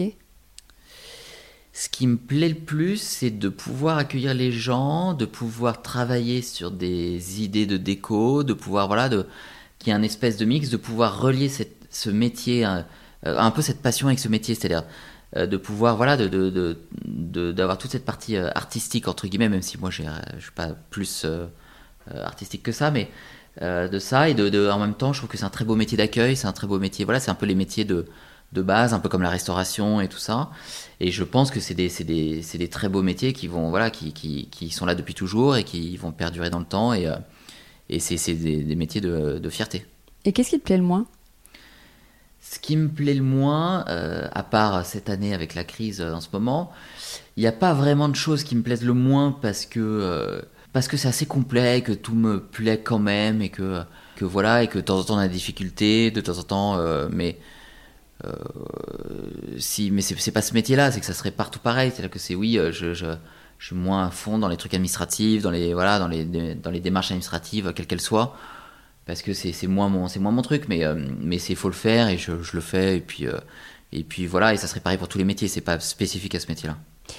Ce qui me plaît le plus, c'est de pouvoir accueillir les gens, de pouvoir travailler sur des idées de déco, de pouvoir, voilà, de, qu'il y ait un espèce de mix, de pouvoir relier cette, ce métier, un, un peu cette passion avec ce métier, c'est-à-dire de pouvoir, voilà, de, de, de, de, d'avoir toute cette partie artistique, entre guillemets, même si moi, je ne suis pas plus euh, artistique que ça, mais euh, de ça, et de, de, en même temps, je trouve que c'est un très beau métier d'accueil, c'est un très beau métier, voilà, c'est un peu les métiers de, de base, un peu comme la restauration et tout ça, et je pense que c'est des, c'est des, c'est des très beaux métiers qui, vont, voilà, qui, qui, qui sont là depuis toujours et qui vont perdurer dans le temps, et, euh, et c'est, c'est des, des métiers de, de fierté. Et qu'est-ce qui te plaît le moins ? Ce qui me plaît le moins, euh, à part cette année avec la crise euh, en ce moment, il n'y a pas vraiment de choses qui me plaisent le moins parce que, euh, parce que c'est assez complet, que tout me plaît quand même et que, que voilà, et que de temps en temps on a des difficultés, de temps en temps, euh, mais, euh, si, mais c'est, c'est pas ce métier-là, c'est que ça serait partout pareil, c'est-à-dire que c'est oui, je, je, je suis moins à fond dans les trucs administratifs, dans les, voilà, dans les, dans les démarches administratives, quelles qu'elles soient. Parce que c'est, c'est, moins mon, c'est moins mon truc, mais, euh, mais c'est, faut le faire et je, je le fais. Et puis, euh, et puis voilà, et ça serait pareil pour tous les métiers, c'est pas spécifique à ce métier-là.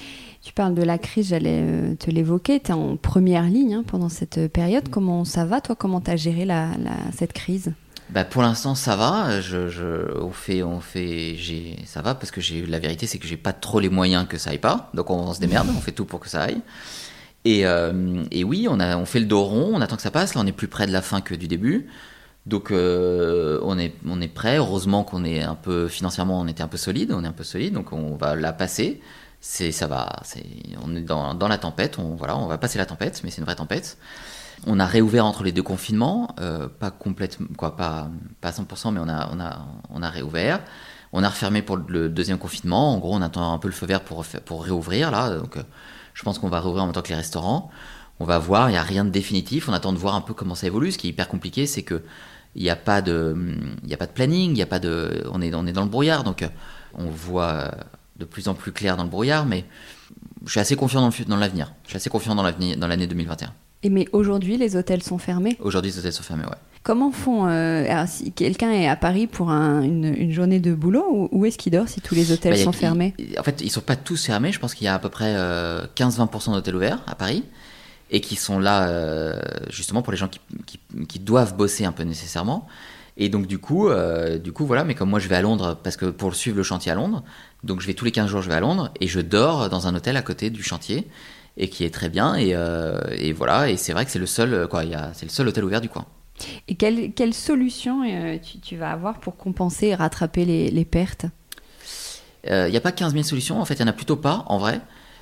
Tu parles de la crise, j'allais te l'évoquer, tu es en première ligne hein, pendant cette période. Comment ça va, toi ? Comment tu as géré la, la, cette crise ? Bah pour l'instant, ça va. Je, je, on fait, on fait, j'ai, ça va parce que j'ai, la vérité, c'est que j'ai pas trop les moyens que ça aille pas. Donc on, on se démerde, on fait tout pour que ça aille. Et, euh, et oui, on, a, on fait le dos rond, on attend que ça passe. Là, on est plus près de la fin que du début. Donc, euh, on, est, on est prêt. Heureusement qu'on est un peu, financièrement, on était un peu solide. On est un peu solide, donc on va la passer. C'est, ça va, c'est, on est dans, dans la tempête. On, voilà, on va passer la tempête, mais c'est une vraie tempête. On a réouvert entre les deux confinements, euh, pas complètement, quoi, pas, pas à cent pour cent, mais on a, on a, on a réouvert. On a refermé pour le deuxième confinement. En gros, on attend un peu le feu vert pour, pour réouvrir, là. Donc, euh, je pense qu'on va rouvrir en même temps que les restaurants. On va voir, il n'y a rien de définitif. On attend de voir un peu comment ça évolue. Ce qui est hyper compliqué, c'est qu'il n'y a pas de, il n'y a pas de planning, il y a pas de, on est, on est dans le brouillard. Donc, on voit de plus en plus clair dans le brouillard. Mais je suis assez confiant dans, le, dans l'avenir. Je suis assez confiant dans, l'avenir, dans l'année deux mille vingt et un. Et mais aujourd'hui, les hôtels sont fermés ? Aujourd'hui, les hôtels sont fermés, ouais. Comment font euh, alors, si quelqu'un est à Paris pour un, une, une journée de boulot, où est-ce qu'il dort si tous les hôtels bah, sont a, fermés ? il, En fait, ils ne sont pas tous fermés. Je pense qu'il y a à peu près euh, quinze à vingt pour cent d'hôtels ouverts à Paris et qui sont là euh, justement pour les gens qui, qui, qui doivent bosser un peu nécessairement. Et donc du coup, euh, du coup, voilà. Mais comme moi, je vais à Londres parce que pour suivre le chantier à Londres, donc je vais tous les quinze jours, je vais à Londres et je dors dans un hôtel à côté du chantier et qui est très bien. Et, euh, et voilà. Et c'est vrai que c'est le seul, quoi. Il y a, c'est le seul hôtel ouvert du coin. Et quelle, quelle solution euh, tu, tu vas avoir pour compenser et rattraper les, les pertes ? Il euh, n'y a pas quinze mille solutions, en fait, il n'y en a plutôt pas, en vrai.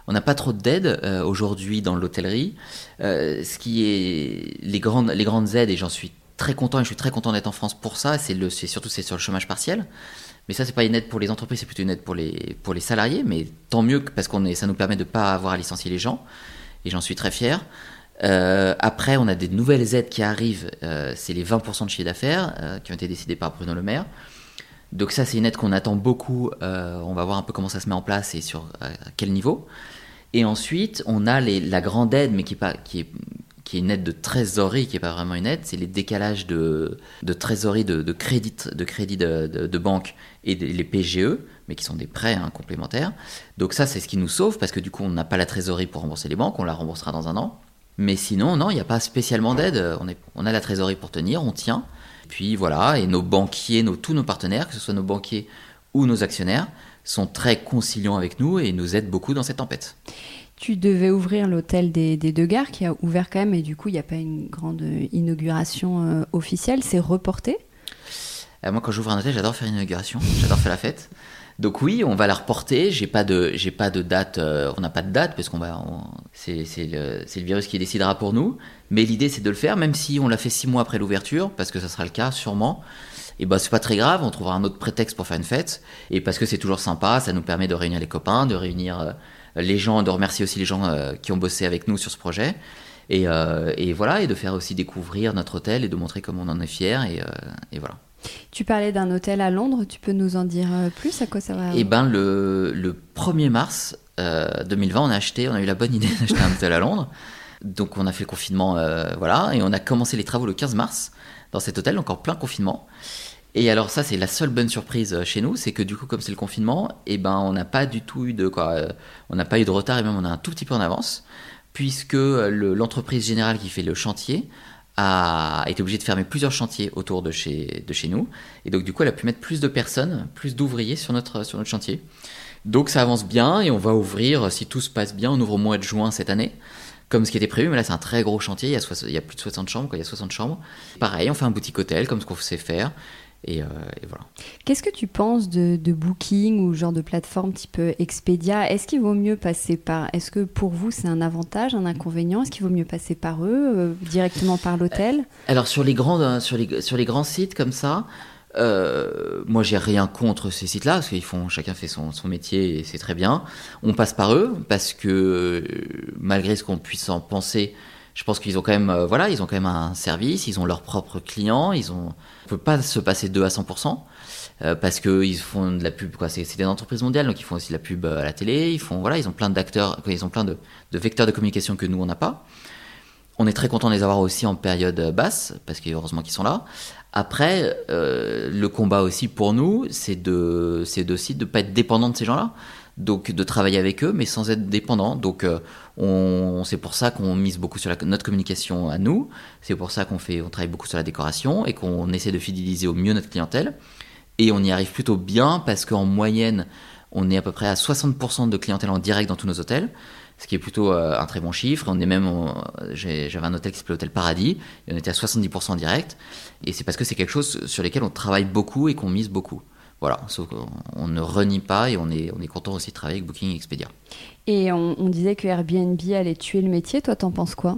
on n'a pas trop d'aide euh, aujourd'hui dans l'hôtellerie. Euh, ce qui est les grandes, les grandes aides, et j'en suis très content, et je suis très content d'être en France pour ça, c'est, le, c'est surtout c'est sur le chômage partiel. Mais ça, c'est pas une aide pour les entreprises, c'est plutôt une aide pour les, pour les salariés. Mais tant mieux, parce que ça nous permet de ne pas avoir à licencier les gens. Et j'en suis très fier. Euh, après, on a des nouvelles aides qui arrivent. Euh, c'est les vingt pour cent de chiffre d'affaires euh, qui ont été décidés par Bruno Le Maire. Donc ça, c'est une aide qu'on attend beaucoup. Euh, on va voir un peu comment ça se met en place et sur à quel niveau. Et ensuite, on a les, la grande aide, mais qui est, pas, qui, est, qui est une aide de trésorerie, qui n'est pas vraiment une aide. C'est les décalages de, de trésorerie, de, de crédit, de, crédit de, de, de banque et de, les P G E, mais qui sont des prêts hein, complémentaires. Donc ça, c'est ce qui nous sauve, parce que du coup, on n'a pas la trésorerie pour rembourser les banques. On la remboursera dans un an. Mais sinon, non, il n'y a pas spécialement d'aide. On, est, on a la trésorerie pour tenir, on tient. Puis voilà, et nos banquiers, nos, tous nos partenaires, que ce soit nos banquiers ou nos actionnaires, sont très conciliants avec nous et nous aident beaucoup dans cette tempête. Tu devais ouvrir l'hôtel des, des Deux Gares, qui a ouvert quand même, et du coup, il n'y a pas une grande inauguration euh, officielle. C'est reporté ? euh, Moi, quand j'ouvre un hôtel, j'adore faire une inauguration, j'adore faire la fête. Donc oui, on va la reporter. J'ai pas de, j'ai pas de date. Euh, on n'a pas de date parce qu'on va. On, c'est, c'est, le, c'est le virus qui décidera pour nous. Mais l'idée, c'est de le faire, même si on l'a fait six mois après l'ouverture, parce que ça sera le cas sûrement. Et ben, c'est pas très grave. On trouvera un autre prétexte pour faire une fête. Et parce que c'est toujours sympa, ça nous permet de réunir les copains, de réunir euh, les gens, de remercier aussi les gens euh, qui ont bossé avec nous sur ce projet. Et, euh, et voilà, et de faire aussi découvrir notre hôtel et de montrer comme on en est fier. Et, euh, et voilà. Tu parlais d'un hôtel à Londres, tu peux nous en dire plus, à quoi ça va ? Eh ben le, le premier mars euh, deux mille vingt, on a acheté, on a eu la bonne idée d'acheter un hôtel à Londres. Donc on a fait le confinement, euh, voilà, et on a commencé les travaux le quinze mars dans cet hôtel, encore plein confinement. Et alors ça, c'est la seule bonne surprise chez nous, c'est que du coup, comme c'est le confinement, eh ben on n'a pas du tout eu de quoi, euh, on n'a pas eu de retard, et même on a un tout petit peu en avance, puisque le, l'entreprise générale qui fait le chantier a été obligée de fermer plusieurs chantiers autour de chez, de chez nous. Et donc, du coup, elle a pu mettre plus de personnes, plus d'ouvriers sur notre, sur notre chantier. Donc, ça avance bien et on va ouvrir, si tout se passe bien, on ouvre au mois de juin cette année, comme ce qui était prévu. Mais là, c'est un très gros chantier. Il y a, so- il y a plus de soixante chambres, quoi. Il y a soixante chambres. Pareil, on fait un boutique hôtel, comme ce qu'on sait faire. Et, euh, et voilà. Qu'est-ce que tu penses de, de Booking ou genre de plateforme type Expedia ? Est-ce qu'il vaut mieux passer par... Est-ce que pour vous, c'est un avantage, un inconvénient ? Est-ce qu'il vaut mieux passer par eux, euh, directement par l'hôtel ? Alors, sur les grands, sur les, sur les grands sites comme ça, euh, moi, j'ai rien contre ces sites-là, parce qu'ils font, chacun fait son, son métier et c'est très bien. On passe par eux, parce que malgré ce qu'on puisse en penser... Je pense qu'ils ont quand même, euh, voilà, ils ont quand même un service, ils ont leurs propres clients, ils ont, on peut pas se passer d'eux à cent pour cent euh, parce que ils font de la pub, quoi. C'est, c'est des entreprises mondiales, donc ils font aussi de la pub à la télé, ils font, voilà, ils ont plein d'acteurs, ils ont plein de, de vecteurs de communication que nous on n'a pas. On est très content de les avoir aussi en période basse, parce qu'heureusement qu'ils sont là. Après, euh, le combat aussi pour nous, c'est de, c'est aussi de pas être dépendant de ces gens-là. Donc de travailler avec eux, mais sans être dépendant. Donc euh, on, c'est pour ça qu'on mise beaucoup sur la, notre communication à nous. C'est pour ça qu'on fait, on travaille beaucoup sur la décoration et qu'on essaie de fidéliser au mieux notre clientèle. Et on y arrive plutôt bien parce qu'en moyenne, on est à peu près à soixante pour cent de clientèle en direct dans tous nos hôtels, ce qui est plutôt euh, un très bon chiffre. On est même, on, j'ai, j'avais un hôtel qui s'appelait Hôtel Paradis, et on était à soixante-dix pour cent en direct. Et c'est parce que c'est quelque chose sur lequel on travaille beaucoup et qu'on mise beaucoup. Voilà, sauf qu'on ne renie pas et on est, on est content aussi de travailler avec Booking et Expedia. Et on, on disait que Airbnb allait tuer le métier, toi t'en penses quoi ?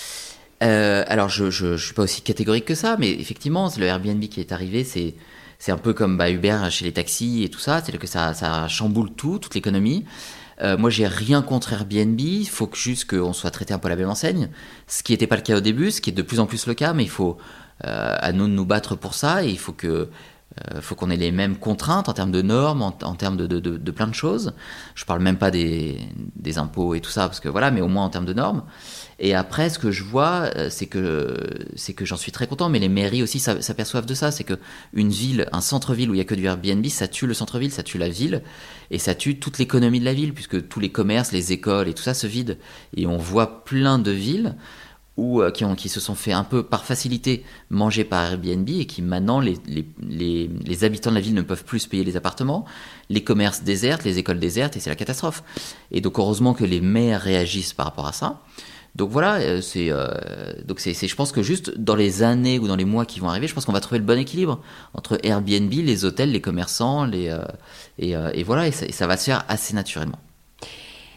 euh, Alors je, je, je suis pas aussi catégorique que ça, mais effectivement, le Airbnb qui est arrivé, c'est, c'est un peu comme bah, Uber chez les taxis et tout ça, c'est-à-dire que ça, ça chamboule tout, toute l'économie. Euh, moi, j'ai rien contre Airbnb, il faut que juste qu'on soit traité un peu à la même enseigne, ce qui n'était pas le cas au début, ce qui est de plus en plus le cas, mais il faut euh, à nous de nous battre pour ça et il faut que Il euh, faut qu'on ait les mêmes contraintes en termes de normes, en, en termes de, de, de, de plein de choses. Je parle même pas des, des impôts et tout ça, parce que voilà, mais au moins en termes de normes. Et après, ce que je vois, c'est que, c'est que j'en suis très content, mais les mairies aussi s'aperçoivent de ça. C'est qu'une ville, un centre-ville où il n'y a que du Airbnb, ça tue le centre-ville, ça tue la ville, et ça tue toute l'économie de la ville, puisque tous les commerces, les écoles et tout ça se vident. Et on voit plein de villes ou euh, qui, ont, qui se sont fait un peu par facilité manger par Airbnb et qui maintenant les, les, les, les habitants de la ville ne peuvent plus se payer les appartements, les commerces désertent, les écoles désertent et c'est la catastrophe. Et donc heureusement que les maires réagissent par rapport à ça. Donc voilà, c'est, euh, donc c'est, c'est, je pense que juste dans les années ou dans les mois qui vont arriver, je pense qu'on va trouver le bon équilibre entre Airbnb, les hôtels, les commerçants, les, euh, et, euh, et voilà, et ça, et ça va se faire assez naturellement.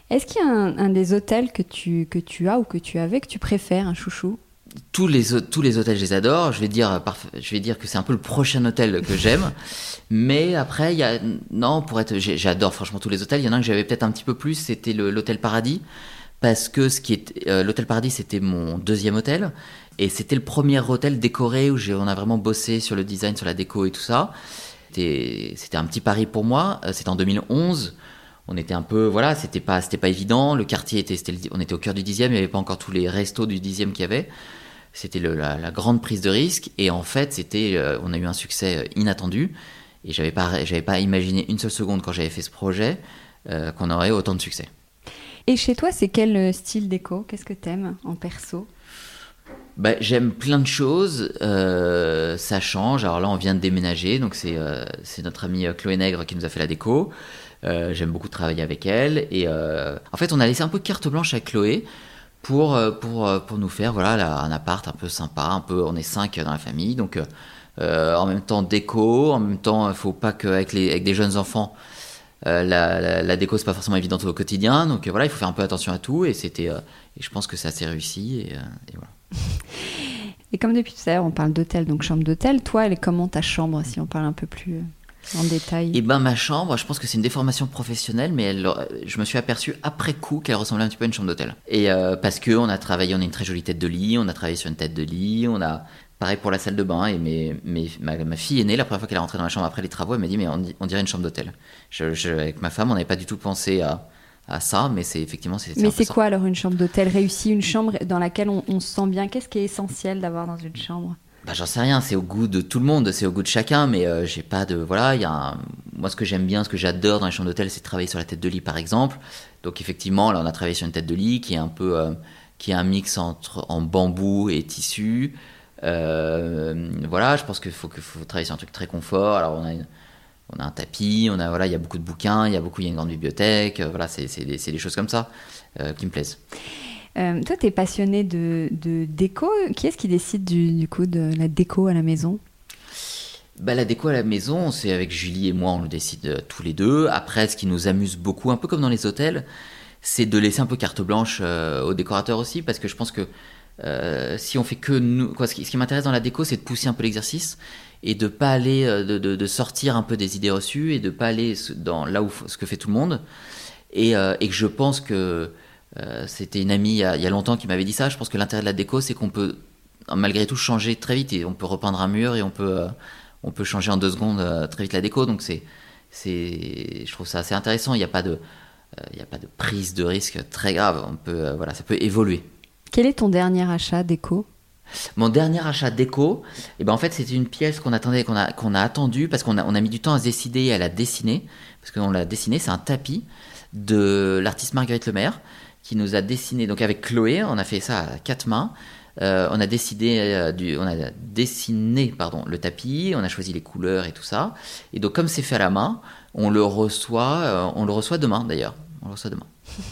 Est-ce qu'il y a un, un des hôtels que tu, que tu as ou que tu avais, que tu préfères, un chouchou ? Tous les, tous les hôtels, je les adore. Je vais dire, je vais dire que c'est un peu le prochain hôtel que j'aime. Mais après, il y a, non, pour être, j'adore franchement tous les hôtels. Il y en a un que j'avais peut-être un petit peu plus, c'était le, l'hôtel Paradis. Parce que ce qui est, euh, l'hôtel Paradis, c'était mon deuxième hôtel. Et c'était le premier hôtel décoré où j'ai, on a vraiment bossé sur le design, sur la déco et tout ça. C'était, c'était un petit pari pour moi. C'était en deux mille onze. On était un peu, voilà, c'était pas, c'était pas évident. Le quartier était, c'était le, on était au cœur du dixième. Il n'y avait pas encore tous les restos du dixième qu'il y avait. C'était le, la, la grande prise de risque. Et en fait, c'était, euh, on a eu un succès inattendu. Et j'avais pas, j'avais pas imaginé une seule seconde quand j'avais fait ce projet euh, qu'on aurait autant de succès. Et chez toi, c'est quel style déco ? Qu'est-ce que t'aimes en perso ? Bah, j'aime plein de choses, euh, ça change. Alors là, on vient de déménager, donc c'est, euh, c'est notre amie Chloé Nègre qui nous a fait la déco. Euh, j'aime beaucoup travailler avec elle. Et euh, en fait, on a laissé un peu carte blanche à Chloé pour, pour, pour nous faire voilà, là, un appart un peu sympa. Un peu, on est cinq dans la famille, donc euh, en même temps déco, en même temps, il ne faut pas qu'avec les, avec des jeunes enfants, Euh, la, la, la déco c'est pas forcément évident au quotidien, donc euh, voilà, il faut faire un peu attention à tout, et c'était euh, et je pense que ça s'est réussi, et, euh, et voilà. Et comme depuis tout à l'heure on parle d'hôtel, donc chambre d'hôtel, toi elle est comment ta chambre, si on parle un peu plus euh, en détail? Et ben ma chambre, je pense que c'est une déformation professionnelle, mais elle, je me suis aperçu après coup qu'elle ressemblait un petit peu à une chambre d'hôtel, et euh, parce que on a travaillé, on a une très jolie tête de lit, on a travaillé sur une tête de lit, on a pareil pour la salle de bain, et mes, mes, ma, ma fille aînée, la première fois qu'elle est rentrée dans la chambre après les travaux, elle m'a dit mais on, on dirait une chambre d'hôtel. Je, je, avec ma femme, on n'avait pas du tout pensé à, à ça, mais c'est effectivement c'est. Mais c'est ça. quoi alors une chambre d'hôtel réussie, une chambre dans laquelle on, on se sent bien? Qu'est-ce qui est essentiel d'avoir dans une chambre? Bah, j'en sais rien, c'est au goût de tout le monde, c'est au goût de chacun, mais euh, j'ai pas de voilà, il y a un... moi ce que j'aime bien, ce que j'adore dans les chambres d'hôtel, c'est de travailler sur la tête de lit par exemple. Donc effectivement, là on a travaillé sur une tête de lit qui est un peu euh, qui est un mix entre en bambou et tissu. Euh, voilà, je pense qu'il faut, qu'il faut travailler sur un truc très confort. Alors on a, une, on a un tapis, on a voilà, il y a beaucoup de bouquins, il y a beaucoup, il y a une grande bibliothèque. Euh, voilà, c'est, c'est, des, c'est des choses comme ça euh, qui me plaisent. Euh, toi, t'es passionné de, de déco. Qui est-ce qui décide du, du coup de la déco à la maison? Bah, la déco à la maison, c'est avec Julie et moi, on le décide euh, tous les deux. Après, ce qui nous amuse beaucoup, un peu comme dans les hôtels, c'est de laisser un peu carte blanche euh, aux décorateurs aussi, parce que je pense que Euh, si on fait que nous, quoi, ce qui, ce qui m'intéresse dans la déco, c'est de pousser un peu l'exercice et de pas aller, de, de, de sortir un peu des idées reçues et de pas aller dans là où ce que fait tout le monde. Et, euh, et que je pense que euh, c'était une amie il y, a, il y a longtemps qui m'avait dit ça. Je pense que l'intérêt de la déco, c'est qu'on peut malgré tout changer très vite, et on peut repeindre un mur et on peut, euh, on peut changer en deux secondes euh, très vite la déco. Donc c'est, c'est, je trouve ça assez intéressant. Il n'y a pas de, euh, il y a pas de prise de risque très grave. On peut, euh, voilà, ça peut évoluer. Quel est ton dernier achat déco? Mon dernier achat déco, eh ben en fait c'était une pièce qu'on attendait, qu'on a, qu'on a attendu parce qu'on a, on a mis du temps à se décider et à la dessiner, parce qu'on l'a dessiné, c'est un tapis de l'artiste Marguerite Lemaire qui nous a dessiné, donc avec Chloé, on a fait ça à quatre mains, euh, on a décidé, euh, du, on a dessiné pardon, le tapis, on a choisi les couleurs et tout ça, et donc comme c'est fait à la main, on le reçoit, euh, on le reçoit demain d'ailleurs, on le reçoit demain.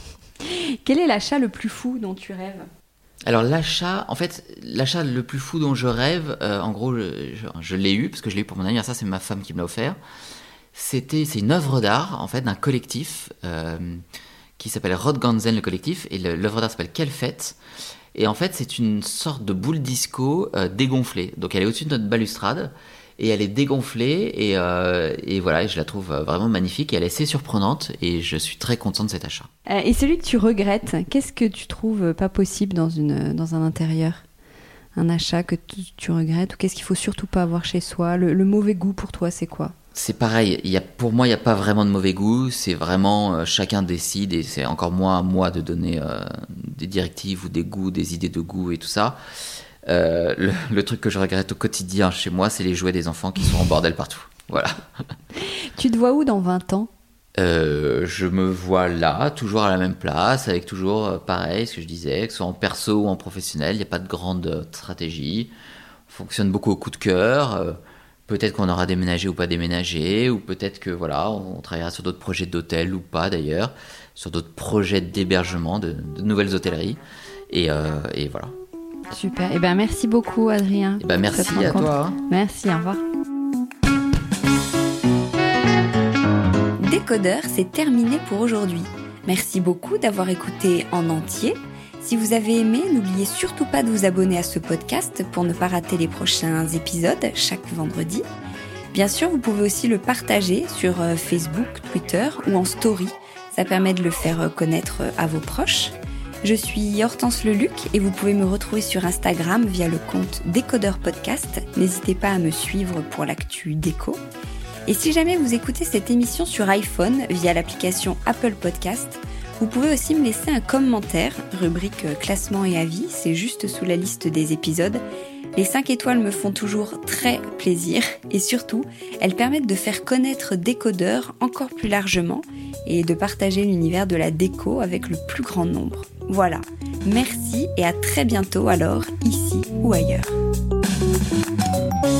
Quel est l'achat le plus fou dont tu rêves? Alors l'achat, en fait, l'achat le plus fou dont je rêve, euh, en gros, je, je, je l'ai eu, parce que je l'ai eu pour mon anniversaire, c'est ma femme qui me l'a offert. C'était, c'est une œuvre d'art, en fait, d'un collectif euh, qui s'appelle Rodganzen, le collectif, et le, l'œuvre d'art s'appelle Quelle fête. Et en fait, c'est une sorte de boule disco euh, dégonflée. Donc elle est au-dessus de notre balustrade, et elle est dégonflée, et, euh, et voilà, et je la trouve vraiment magnifique, et elle est assez surprenante, et je suis très content de cet achat. Euh, et celui que tu regrettes, qu'est-ce que tu trouves pas possible dans, une, dans un intérieur? Un achat que tu, tu regrettes, ou qu'est-ce qu'il faut surtout pas avoir chez soi? Le, le mauvais goût pour toi, c'est quoi? C'est pareil, il y a, pour moi, il n'y a pas vraiment de mauvais goût, c'est vraiment euh, chacun décide, et c'est encore moins à moi de donner euh, des directives ou des goûts, des idées de goût et tout ça. Euh, le, le truc que je regrette au quotidien chez moi, c'est les jouets des enfants qui sont en bordel partout. Voilà. Tu te vois où dans vingt ans? euh, Je me vois là, toujours à la même place, avec toujours euh, pareil, ce que je disais, que ce soit en perso ou en professionnel, il n'y a pas de grande euh, stratégie. On fonctionne beaucoup au coup de cœur. Euh, peut-être qu'on aura déménagé ou pas déménagé, ou peut-être que voilà, on, on travaillera sur d'autres projets d'hôtel ou pas d'ailleurs, sur d'autres projets d'hébergement, de, de nouvelles hôtelleries. Et, euh, et voilà. Super. Eh ben, merci beaucoup, Adrien. Eh ben, merci à toi. Merci, au revoir. Décodeur, c'est terminé pour aujourd'hui. Merci beaucoup d'avoir écouté en entier. Si vous avez aimé, n'oubliez surtout pas de vous abonner à ce podcast pour ne pas rater les prochains épisodes chaque vendredi. Bien sûr, vous pouvez aussi le partager sur Facebook, Twitter ou en story. Ça permet de le faire connaître à vos proches. Je suis Hortense Leluc et vous pouvez me retrouver sur Instagram via le compte Décodeur Podcast. N'hésitez pas à me suivre pour l'actu déco. Et si jamais vous écoutez cette émission sur iPhone via l'application Apple Podcast, vous pouvez aussi me laisser un commentaire, rubrique classement et avis, c'est juste sous la liste des épisodes. Les cinq étoiles me font toujours très plaisir et surtout, elles permettent de faire connaître Décodeur encore plus largement et de partager l'univers de la déco avec le plus grand nombre. Voilà, merci et à très bientôt alors, ici ou ailleurs.